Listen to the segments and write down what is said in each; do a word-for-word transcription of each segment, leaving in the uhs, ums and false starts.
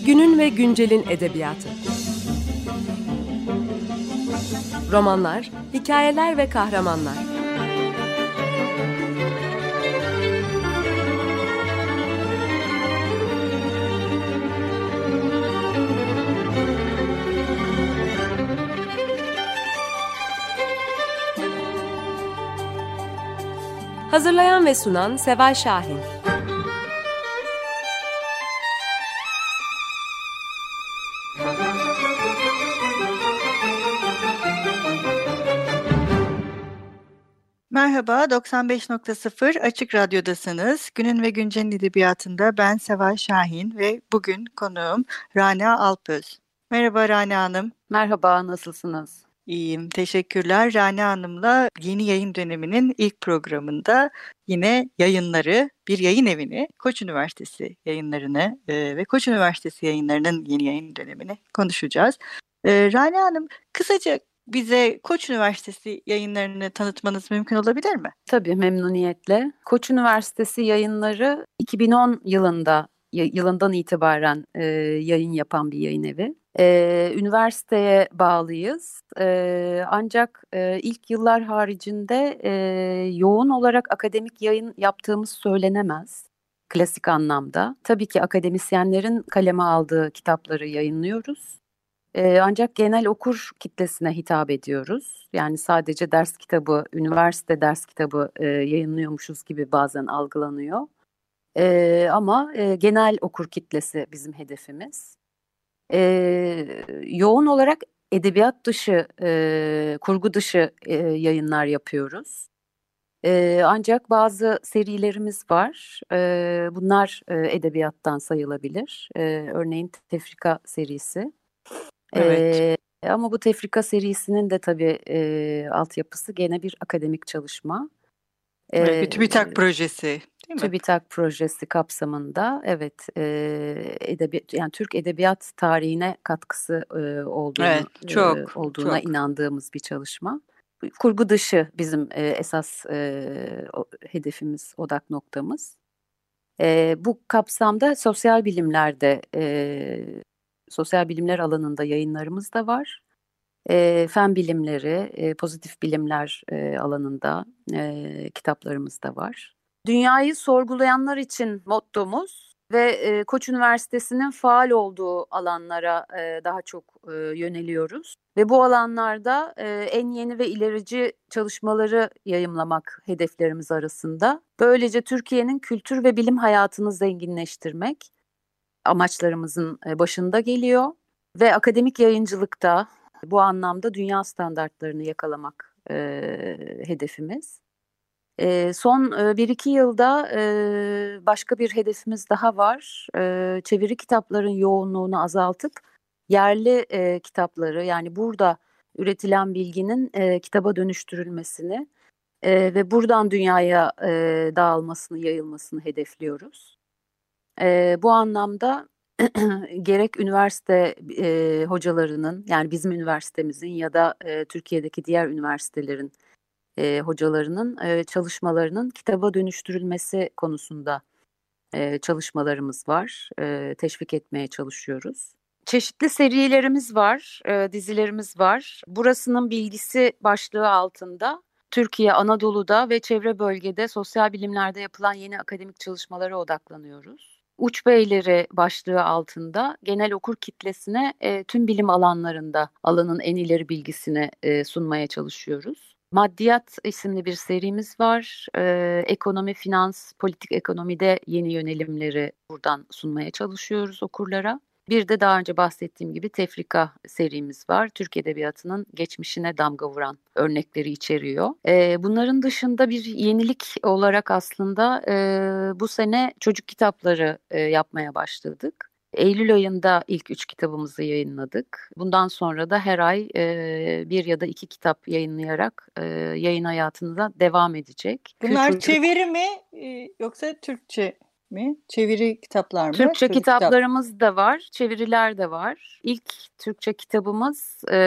Günün ve güncelin edebiyatı. Romanlar, hikayeler ve kahramanlar. Hazırlayan ve sunan Seval Şahin. Merhaba, doksan beş nokta sıfır Açık Radyo'dasınız. Günün ve Güncel'in edebiyatında ben Seval Şahin ve bugün konuğum Rana Alpöz. Merhaba Rana Hanım. Merhaba, nasılsınız? İyiyim, teşekkürler. Rana Hanım'la yeni yayın döneminin ilk programında yine yayınları, bir yayın evini, Koç Üniversitesi yayınlarını e, ve Koç Üniversitesi yayınlarının yeni yayın dönemini konuşacağız. E, Rana Hanım, kısaca bize Koç Üniversitesi yayınlarını tanıtmanız mümkün olabilir mi? Tabii, memnuniyetle. Koç Üniversitesi yayınları iki bin on yılında yılından itibaren e, yayın yapan bir yayın evi. E, üniversiteye bağlıyız. E, ancak e, ilk yıllar haricinde e, yoğun olarak akademik yayın yaptığımız söylenemez. Klasik anlamda. Tabii ki akademisyenlerin kaleme aldığı kitapları yayınlıyoruz. Ee, ancak genel okur kitlesine hitap ediyoruz. Yani sadece ders kitabı, üniversite ders kitabı e, yayınlıyormuşuz gibi bazen algılanıyor. E, ama e, genel okur kitlesi bizim hedefimiz. E, yoğun olarak edebiyat dışı, e, kurgu dışı e, yayınlar yapıyoruz. E, ancak bazı serilerimiz var. E, bunlar e, edebiyattan sayılabilir. E, örneğin Tefrika serisi. Evet. Ee, ama bu Tefrika serisinin de tabii e, altyapısı gene bir akademik çalışma. Evet, bir Ee, TÜBİTAK projesi, değil mi? TÜBİTAK projesi kapsamında, evet, e, edebiyat, yani Türk edebiyat tarihine katkısı e, olduğunu Evet, çok, e, olduğuna çok. inandığımız bir çalışma. Kurgu dışı bizim e, esas e, o, hedefimiz, odak noktamız. E, bu kapsamda sosyal bilimlerde, e, sosyal bilimler alanında yayınlarımız da var. E, fen bilimleri, e, pozitif bilimler e, alanında e, kitaplarımız da var. Dünyayı sorgulayanlar için mottomuz ve e, Koç Üniversitesi'nin faal olduğu alanlara e, daha çok e, yöneliyoruz. Ve bu alanlarda e, en yeni ve ilerici çalışmaları yayımlamak hedeflerimiz arasında. Böylece Türkiye'nin kültür ve bilim hayatını zenginleştirmek amaçlarımızın e, başında geliyor. Ve akademik yayıncılıkta bu anlamda dünya standartlarını yakalamak e, hedefimiz. E, son e, bir iki yılda e, başka bir hedefimiz daha var. E, çeviri kitapların yoğunluğunu azaltıp yerli e, kitapları, yani burada üretilen bilginin e, kitaba dönüştürülmesini e, ve buradan dünyaya e, dağılmasını, yayılmasını hedefliyoruz. E, bu anlamda gerek üniversite e, hocalarının, yani bizim üniversitemizin ya da e, Türkiye'deki diğer üniversitelerin e, hocalarının e, çalışmalarının kitaba dönüştürülmesi konusunda e, çalışmalarımız var. E, teşvik etmeye çalışıyoruz. Çeşitli serilerimiz var, e, dizilerimiz var. Burasının bilgisi başlığı altında Türkiye, Anadolu'da ve çevre bölgede sosyal bilimlerde yapılan yeni akademik çalışmalara odaklanıyoruz. Uç Beyleri başlığı altında genel okur kitlesine e, tüm bilim alanlarında alanın en ileri bilgisini e, sunmaya çalışıyoruz. Maddiyat isimli bir serimiz var. Ee, ekonomi, finans, politik ekonomide yeni yönelimleri buradan sunmaya çalışıyoruz okurlara. Bir de daha önce bahsettiğim gibi Tefrika serimiz var. Türk Edebiyatı'nın geçmişine damga vuran örnekleri içeriyor. Ee, bunların dışında bir yenilik olarak aslında e, bu sene çocuk kitapları e, yapmaya başladık. Eylül ayında ilk üç kitabımızı yayınladık. Bundan sonra da her ay e, bir ya da iki kitap yayınlayarak e, yayın hayatında devam edecek. Bunlar Çocuk... çeviri mi e, yoksa Türkçe mi? Çeviri kitaplar mı? Türkçe Çocuk kitaplarımız kitap. da var, çeviriler de var. İlk Türkçe kitabımız e,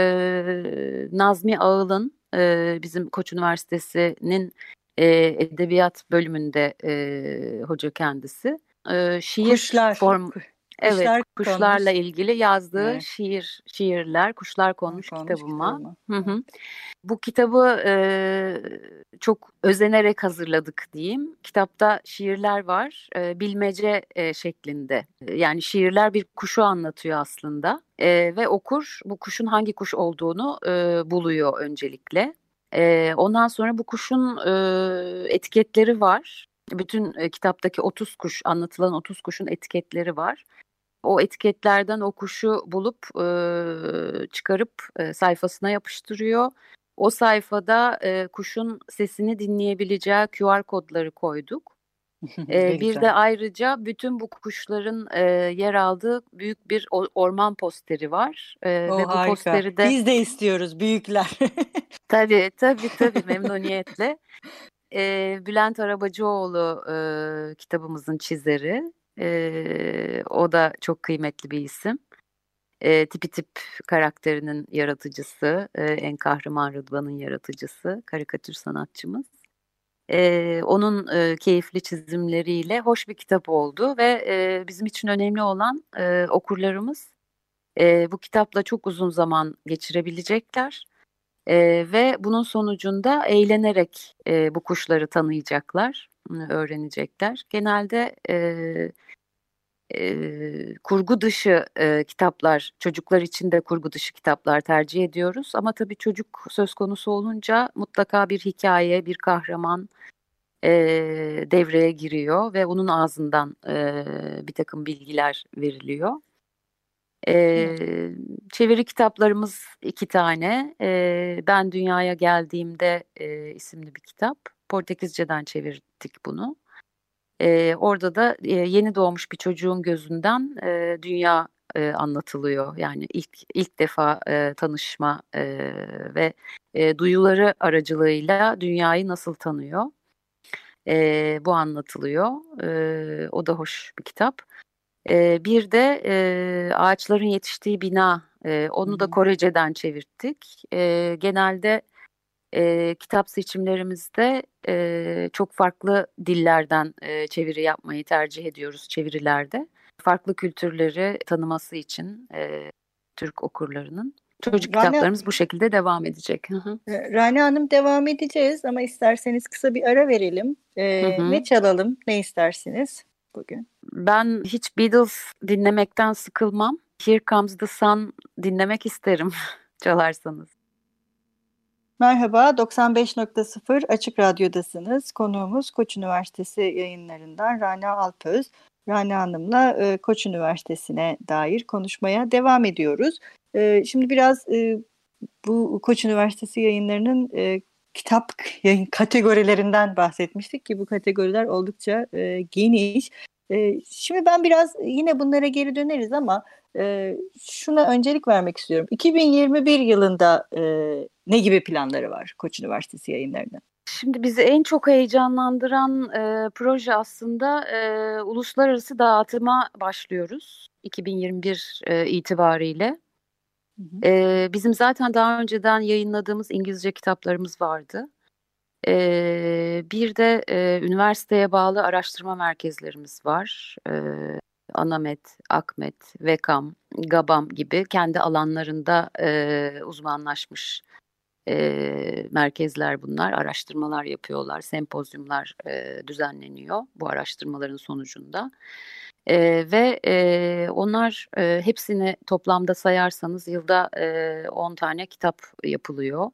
Nazmi Ağıl'ın, e, bizim Koç Üniversitesi'nin e, edebiyat bölümünde e, hoca kendisi. E, şiir Kuşlar. form... Evet, Kuşlar kuşlarla konmuş. ilgili yazdığı Evet, şiir, şiirler, kuşlar konmuş konmuş kitabıma. kitabıma. Hı Evet. hı. Bu kitabı e, çok özenerek hazırladık diyeyim. Kitapta şiirler var, e, bilmece e, şeklinde. E, Yani şiirler bir kuşu anlatıyor aslında. E, ve okur bu kuşun hangi kuş olduğunu e, buluyor öncelikle. E, ondan sonra bu kuşun e, etiketleri var. Bütün e, kitaptaki otuz kuş, anlatılan otuz kuşun etiketleri var. O etiketlerden o kuşu bulup e, çıkarıp e, sayfasına yapıştırıyor. O sayfada e, kuşun sesini dinleyebileceği Q R kodları koyduk. Ne E, bir güzel. de ayrıca bütün bu kuşların e, yer aldığı büyük bir o- orman posteri var. E, O ve bu harika. posteri de Biz de istiyoruz büyükler. tabii tabii tabii memnuniyetle e, Bülent Arabacıoğlu e, kitabımızın çizeri. E, o da çok kıymetli bir isim. E, tipi tip karakterinin yaratıcısı, e, en kahraman Rıdvan'ın yaratıcısı, karikatür sanatçımız. E, onun e, keyifli çizimleriyle hoş bir kitap oldu ve e, bizim için önemli olan e, okurlarımız e, bu kitapla çok uzun zaman geçirebilecekler. E, ve bunun sonucunda eğlenerek e, bu kuşları tanıyacaklar, öğrenecekler. Genelde e, e, kurgu dışı e, kitaplar, çocuklar için de kurgu dışı kitaplar tercih ediyoruz. Ama tabii çocuk söz konusu olunca mutlaka bir hikaye, bir kahraman e, devreye giriyor ve onun ağzından e, bir takım bilgiler veriliyor. E, Evet. çeviri kitaplarımız iki tane. E, Ben Dünyaya Geldiğimde e, isimli bir kitap. Portekizceden çevirdik bunu. Ee, orada da e, yeni doğmuş bir çocuğun gözünden e, dünya e, anlatılıyor. Yani ilk ilk defa e, tanışma e, ve e, duyuları aracılığıyla dünyayı nasıl tanıyor? E, bu anlatılıyor. E, o da hoş bir kitap. E, bir de e, Ağaçların Yetiştiği Bina. E, Hı onu da hı. Korece'den çevirttik. E, genelde e, kitap seçimlerimizde e, çok farklı dillerden e, çeviri yapmayı tercih ediyoruz çevirilerde. Farklı kültürleri tanıması için e, Türk okurlarının. Çocuk Rana, kitaplarımız bu şekilde devam edecek. Hı hı. e, Rana Hanım devam edeceğiz ama isterseniz kısa bir ara verelim. Hı Ee, ne hı. çalalım, ne istersiniz bugün? Ben hiç Beatles dinlemekten sıkılmam. Here Comes the Sun dinlemek isterim çalarsanız. Merhaba, doksan beş nokta sıfır Açık Radyo'dasınız. Konuğumuz Koç Üniversitesi yayınlarından Rana Alpöz. Rana Hanım'la e, Koç Üniversitesi'ne dair konuşmaya devam ediyoruz. E, şimdi biraz e, bu Koç Üniversitesi yayınlarının e, kitap yayın kategorilerinden bahsetmiştik ki bu kategoriler oldukça e, geniş. E, şimdi ben biraz yine bunlara geri döneriz ama e, şuna öncelik vermek istiyorum. iki bin yirmi bir yılında e, ne gibi planları var Koç Üniversitesi yayınlarının? Şimdi bizi en çok heyecanlandıran e, proje aslında e, uluslararası dağıtıma başlıyoruz iki bin yirmi bir e, itibariyle. Hı hı. E, bizim zaten daha önceden yayınladığımız İngilizce kitaplarımız vardı. E, bir de e, üniversiteye bağlı araştırma merkezlerimiz var. E, Anamet, Akmet, Vekam, Gabam gibi kendi alanlarında e, uzmanlaşmış e, merkezler bunlar. Araştırmalar yapıyorlar, sempozyumlar e, düzenleniyor bu araştırmaların sonucunda. E, ve e, onlar e, hepsini toplamda sayarsanız yılda e, on tane kitap yapılıyor.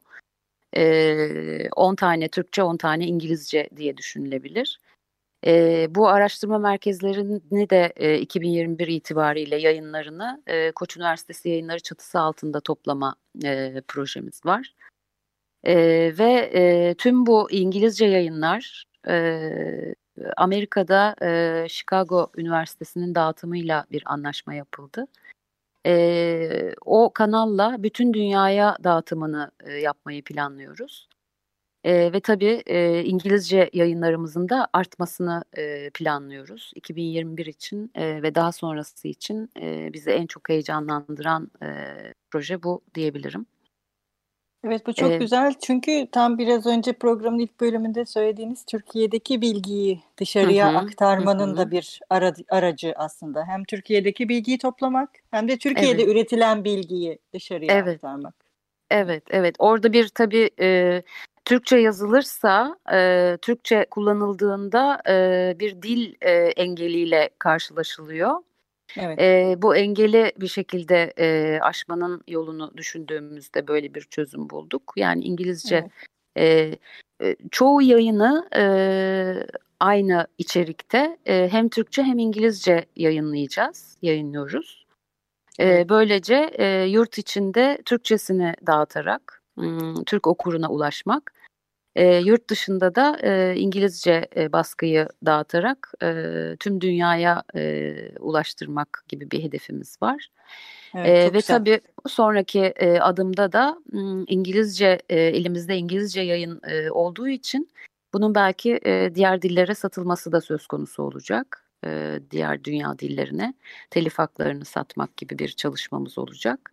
E, on tane Türkçe, on tane İngilizce diye düşünülebilir. E, bu araştırma merkezlerini de e, iki bin yirmi bir itibariyle yayınlarını e, Koç Üniversitesi yayınları çatısı altında toplama e, projemiz var. Ee, ve e, tüm bu İngilizce yayınlar e, Amerika'da e, Chicago Üniversitesi'nin dağıtımıyla bir anlaşma yapıldı. E, o kanalla bütün dünyaya dağıtımını e, yapmayı planlıyoruz. E, ve tabii e, İngilizce yayınlarımızın da artmasını e, planlıyoruz. iki bin yirmi bir için e, ve daha sonrası için e, bizi en çok heyecanlandıran e, proje bu diyebilirim. Evet, bu çok Ee, güzel çünkü tam biraz önce programın ilk bölümünde söylediğiniz Türkiye'deki bilgiyi hı dışarıya hı, hı aktarmanın da hı. bir ara- aracı aslında. Hem Türkiye'deki bilgiyi toplamak hem de Türkiye'de Evet, üretilen bilgiyi dışarıya evet, aktarmak. Evet, evet, evet. Orada bir tabii e, Türkçe yazılırsa, e, Türkçe kullanıldığında e, bir dil e, engeliyle karşılaşılıyor. evet, E, bu engeli bir şekilde e, aşmanın yolunu düşündüğümüzde böyle bir çözüm bulduk. Yani İngilizce evet. e, e, çoğu yayını e, aynı içerikte e, hem Türkçe hem İngilizce yayınlayacağız, yayınlıyoruz. Evet. E, böylece e, yurt içinde Türkçesini dağıtarak m, Türk okuruna ulaşmak, e, yurt dışında da e, İngilizce e, baskıyı dağıtarak e, tüm dünyaya e, ulaştırmak gibi bir hedefimiz var. Evet, E, çok ve güzel. tabii sonraki e, adımda da m, İngilizce e, elimizde İngilizce yayın e, olduğu için bunun belki e, diğer dillere satılması da söz konusu olacak. E, diğer dünya dillerine telif haklarını satmak gibi bir çalışmamız olacak.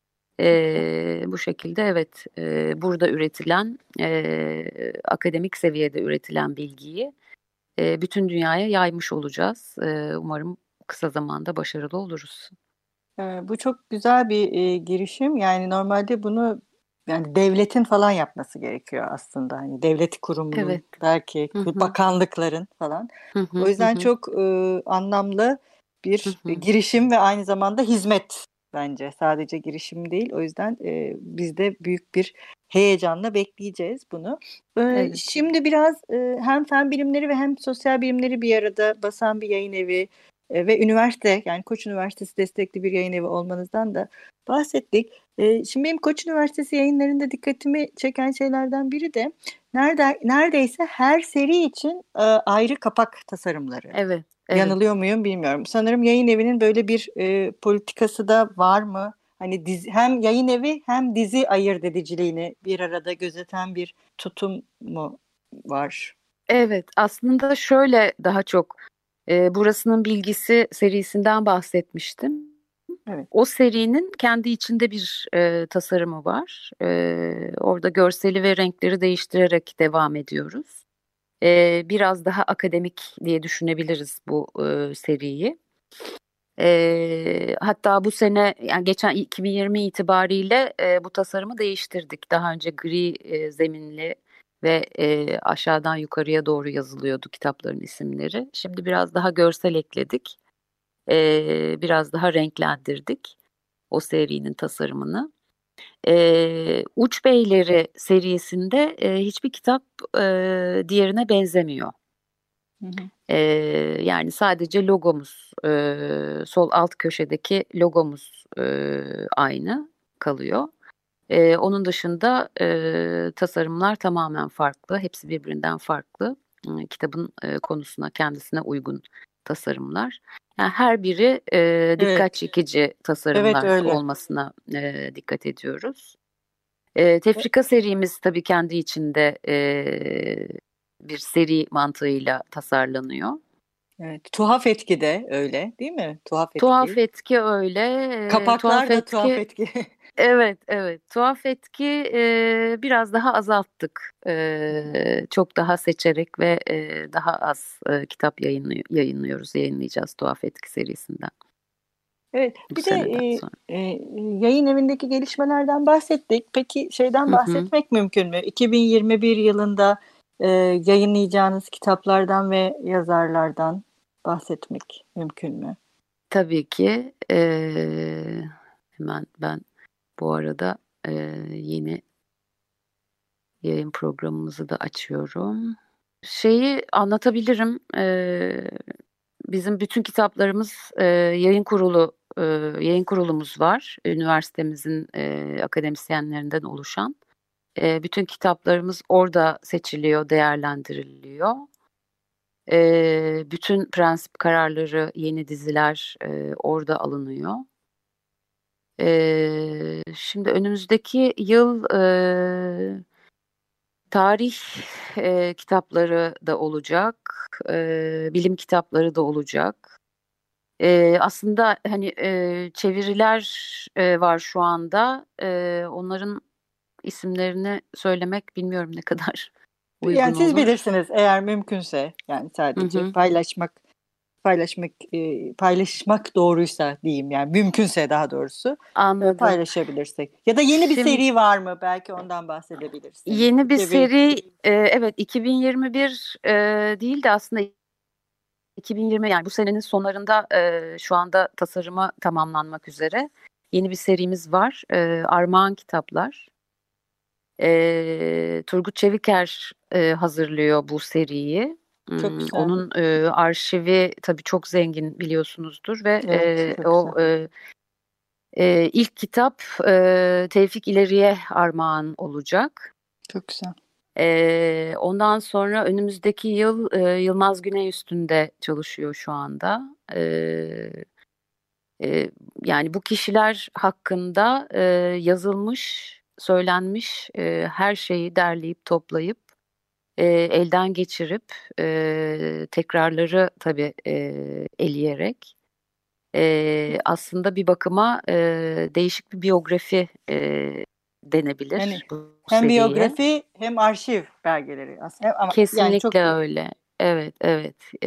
E, bu şekilde evet, e, burada üretilen e, akademik seviyede üretilen bilgiyi e, bütün dünyaya yaymış olacağız. E, umarım kısa zamanda başarılı oluruz. Ee, bu çok güzel bir e, girişim. Yani normalde bunu yani devletin falan yapması gerekiyor aslında. Hani devlet kurumunun Evet. belki Hı hı. bakanlıkların falan. Hı O hı hı yüzden hı. çok e, anlamlı Hı bir hı. girişim ve aynı zamanda hizmet bence. Sadece girişim değil. O yüzden e, biz de büyük bir heyecanla bekleyeceğiz bunu. E, Evet. şimdi biraz e, hem fen bilimleri ve hem sosyal bilimleri bir arada basan bir yayın evi e, ve üniversite, yani Koç Üniversitesi destekli bir yayın evi olmanızdan da bahsettik. E, şimdi benim Koç Üniversitesi yayınlarında dikkatimi çeken şeylerden biri de nerede, neredeyse her seri için e, ayrı kapak tasarımları. Evet. Evet. Yanılıyor muyum bilmiyorum. Sanırım yayın evinin böyle bir e, politikası da var mı? Hani dizi, hem yayın evi hem dizi ayırt ediciliğini bir arada gözeten bir tutum mu var? Evet. Aslında şöyle daha çok e, Burasının Bilgisi serisinden bahsetmiştim. Evet. O serinin kendi içinde bir e, tasarımı var. E, orada görseli ve renkleri değiştirerek devam ediyoruz. E, biraz daha akademik diye düşünebiliriz bu e, seriyi. E, hatta bu sene, yani geçen iki bin yirmi itibariyle e, bu tasarımı değiştirdik. Daha önce gri e, zeminli ve e, aşağıdan yukarıya doğru yazılıyordu kitapların isimleri. Şimdi biraz daha görsel ekledik. E, biraz daha renklendirdik o serinin tasarımını. Ee, Uç Beyleri serisinde e, hiçbir kitap e, diğerine benzemiyor. Hı hı. Ee, Yani sadece logomuz, e, sol alt köşedeki logomuz e, aynı kalıyor. E, onun dışında e, tasarımlar tamamen farklı, hepsi birbirinden farklı. E, kitabın e, konusuna, kendisine uygun tasarımlar. Yani her biri e, dikkat Evet. çekici Evet, tasarımlar öyle. olmasına e, dikkat ediyoruz. E, tefrika serimiz tabii kendi içinde e, bir seri mantığıyla tasarlanıyor. Evet, tuhaf etki de öyle, değil mi? Tuhaf Tuhaf etki. etki öyle. E, tuhaf Kapaklar da tuhaf etki, etki. evet, evet. Tuhaf etki e, biraz daha azalttık. E, çok daha seçerek ve e, daha az e, kitap yayınlıyor, yayınlıyoruz, yayınlayacağız tuhaf etki serisinden Evet, bu bir de seneden e, sonra. e, yayın evindeki gelişmelerden bahsettik. Peki şeyden Hı hı. bahsetmek mümkün mü? iki bin yirmi bir yılında e, yayınlayacağınız kitaplardan ve yazarlardan bahsetmek mümkün mü? Tabii ki. E, hemen ben bu arada e, yeni yayın programımızı da açıyorum. Şeyi anlatabilirim. Ee, bizim bütün kitaplarımız e, yayın kurulu e, yayın kurulumuz var. Üniversitemizin e, akademisyenlerinden oluşan. E, bütün kitaplarımız orada seçiliyor, değerlendiriliyor. E, bütün prensip kararları, yeni diziler e, orada alınıyor. E, şimdi önümüzdeki yıl e, tarih e, kitapları da olacak, e, bilim kitapları da olacak. E, aslında hani e, çeviriler e, var şu anda. E, onların isimlerini söylemek bilmiyorum ne kadar uygun Yani siz olur. bilirsiniz eğer mümkünse, yani sadece Hı hı. paylaşmak paylaşmak e, paylaşmak doğruysa diyeyim, yani mümkünse daha doğrusu e, Anladım. paylaşabilirsek. Ya da yeni bir Şimdi seri var mı? Belki ondan bahsedebilirsin. yeni bir İşte bir seri e, evet iki bin yirmi bir e, değil de aslında iki bin yirmi, yani bu senenin sonlarında e, şu anda tasarımı tamamlanmak üzere yeni bir serimiz var. E, Armağan Kitaplar. E, Turgut Çeviker e, hazırlıyor bu seriyi. çok Hmm, güzel. Onun e, arşivi tabii çok zengin, biliyorsunuzdur ve Evet, e, çok o güzel. e, e, ilk kitap e, Tevfik İleri'ye armağan olacak. Çok güzel. E, ondan sonra önümüzdeki yıl e, Yılmaz Güney üstünde çalışıyor şu anda. E, e, Yani bu kişiler hakkında e, yazılmış, söylenmiş e, her şeyi derleyip toplayıp e, elden geçirip e, tekrarları tabii e, eleyerek e, aslında bir bakıma e, değişik bir biyografi e, Yani denebilir bu hem seriye. biyografi hem arşiv belgeleri aslında. Hem- ama yani çok Kesinlikle öyle. Evet, evet. E,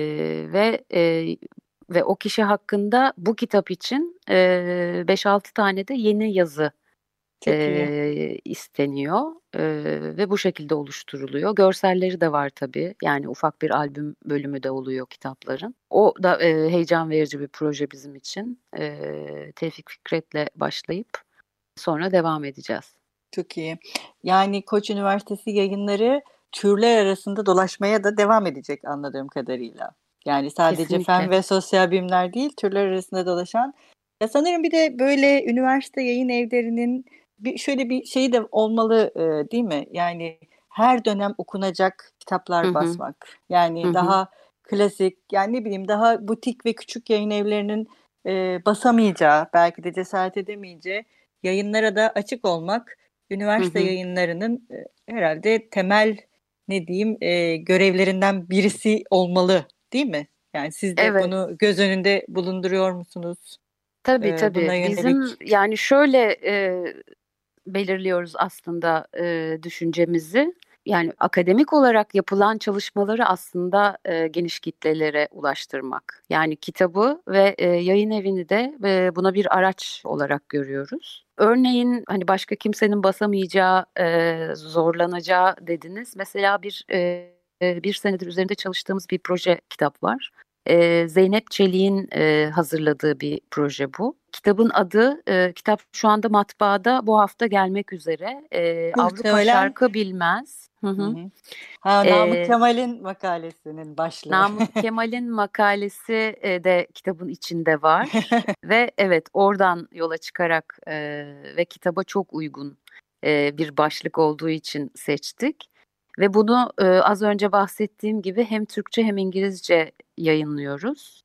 ve e, ve o kişi hakkında bu kitap için e, beş altı tane de yeni yazı çok iyi. e, isteniyor e, ve bu şekilde oluşturuluyor. Görselleri de var tabii. Yani ufak bir albüm bölümü de oluyor kitapların. O da e, heyecan verici bir proje bizim için. E, Tevfik Fikret'le başlayıp sonra devam edeceğiz. Çok iyi. Yani Koç Üniversitesi Yayınları türler arasında dolaşmaya da devam edecek anladığım kadarıyla. Yani sadece fen Kesinlikle. ve sosyal bilimler değil, türler arasında dolaşan. Ya sanırım bir de böyle üniversite yayın evlerinin bir şöyle bir şeyi de olmalı, e, değil mi? Yani her dönem okunacak kitaplar Hı hı, basmak. hı Yani hı, daha klasik, yani ne bileyim daha butik ve küçük yayın evlerinin e, basamayacağı, belki de cesaret edemeyeceği yayınlara da açık olmak. hı Üniversite hı. yayınlarının e, herhalde temel, ne diyeyim, e, görevlerinden birisi olmalı, değil mi? Yani siz de Evet. bunu göz önünde bulunduruyor musunuz? Tabii E, tabii. buna Bizim yönelik. yani şöyle e, belirliyoruz aslında e, düşüncemizi. Yani akademik olarak yapılan çalışmaları aslında e, geniş kitlelere ulaştırmak. Yani kitabı ve e, yayın evini de e, buna bir araç olarak görüyoruz. Örneğin hani başka kimsenin basamayacağı, e, zorlanacağı dediniz. Mesela bir e, bir senedir üzerinde çalıştığımız bir proje kitap var. Ee, Zeynep Çelik'in e, hazırladığı bir proje bu. Kitabın adı, e, kitap şu anda matbaada, bu hafta gelmek üzere. E, Avrupa Muhtemelen. Şarkı Bilmez. Hı Hı hı. hı. Ha, Namık E, Kemal'in makalesinin başlığı. Namık Kemal'in makalesi e, de kitabın içinde var. Ve evet, oradan yola çıkarak e, ve kitaba çok uygun e, bir başlık olduğu için seçtik. Ve bunu e, az önce bahsettiğim gibi hem Türkçe hem İngilizce yayınlıyoruz.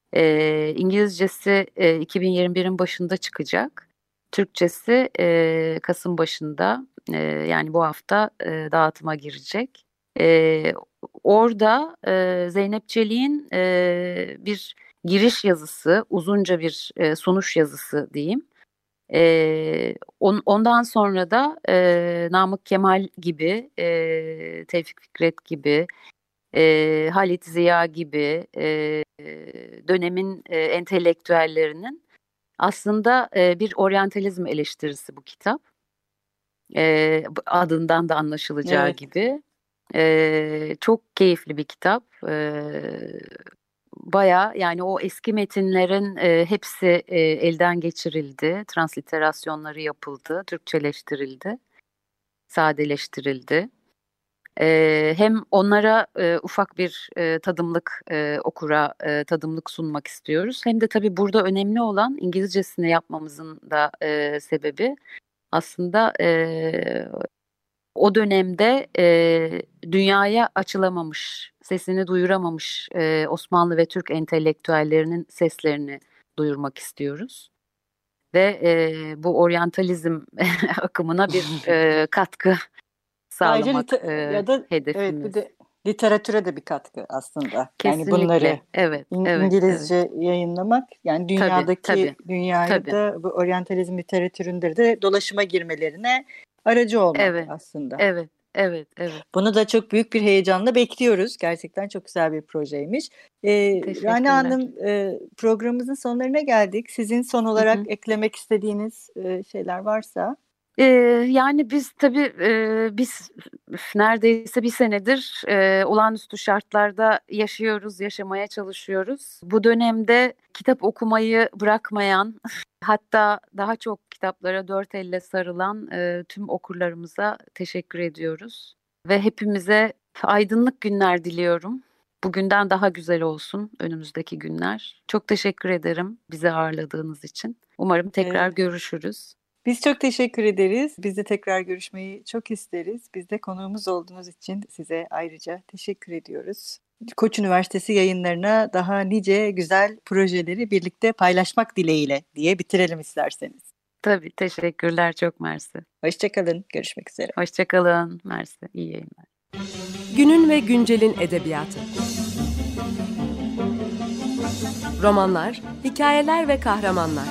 E, İngilizcesi e, iki bin yirmi birin başında çıkacak. Türkçesi e, Kasım başında, e, yani bu hafta e, dağıtıma girecek. E, Orada e, Zeynep Çelik'in e, bir giriş yazısı, uzunca bir e, sunuş yazısı diyeyim. E, on, ondan sonra da e, Namık Kemal gibi, e, Tevfik Fikret gibi, e, Halit Ziya gibi e, dönemin e, entelektüellerinin aslında e, bir oryantalizm eleştirisi bu kitap. E, adından da anlaşılacağı Evet. gibi. E, çok keyifli bir kitap. E, Baya yani o eski metinlerin e, hepsi e, elden geçirildi. Transliterasyonları yapıldı, Türkçeleştirildi, sadeleştirildi. Ee, hem onlara e, ufak bir e, tadımlık e, okura e, tadımlık sunmak istiyoruz. Hem de tabii burada önemli olan İngilizcesini yapmamızın da e, sebebi aslında e, o dönemde e, dünyaya açılamamış, sesini duyuramamış e, Osmanlı ve Türk entelektüellerinin seslerini duyurmak istiyoruz. Ve e, bu oryantalizm akımına bir e, katkı Ayrıca sağlamak lite- e, ya da evet, bir hedefimiz. de literatüre de bir katkı aslında. Yani bunları Kesinlikle. Evet, İng- evet, evet. İngilizce yayınlamak, yani Tabii, dünyadaki tabii, dünyaya tabii. da bu oryantalizm literatüründe de dolaşıma girmelerine aracı olmak Evet, aslında. evet, evet, evet. Bunu da çok büyük bir heyecanla bekliyoruz. Gerçekten çok güzel bir projeymiş. Ee, Rana Hanım, e, programımızın sonlarına geldik. Sizin son olarak Hı hı. eklemek istediğiniz e, şeyler varsa? Ee, yani biz tabii e, biz neredeyse bir senedir e, olağanüstü şartlarda yaşıyoruz, yaşamaya çalışıyoruz. Bu dönemde kitap okumayı bırakmayan, hatta daha çok kitaplara dört elle sarılan e, tüm okurlarımıza teşekkür ediyoruz. Ve hepimize aydınlık günler diliyorum. Bugünden daha güzel olsun önümüzdeki günler. Çok teşekkür ederim bizi ağırladığınız için. Umarım tekrar Evet. görüşürüz. Biz çok teşekkür ederiz. Biz de tekrar görüşmeyi çok isteriz. Biz de konuğumuz olduğunuz için size ayrıca teşekkür ediyoruz. Koç Üniversitesi yayınlarına daha nice güzel projeleri birlikte paylaşmak dileğiyle diye bitirelim isterseniz. Tabii, teşekkürler, çok mersi. Hoşçakalın, görüşmek üzere. Hoşçakalın, mersi, iyi yayınlar. Günün ve güncelin edebiyatı. Romanlar, hikayeler ve kahramanlar.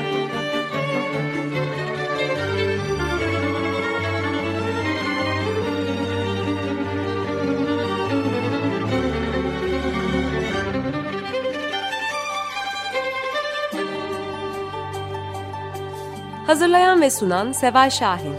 Hazırlayan ve sunan Seval Şahin.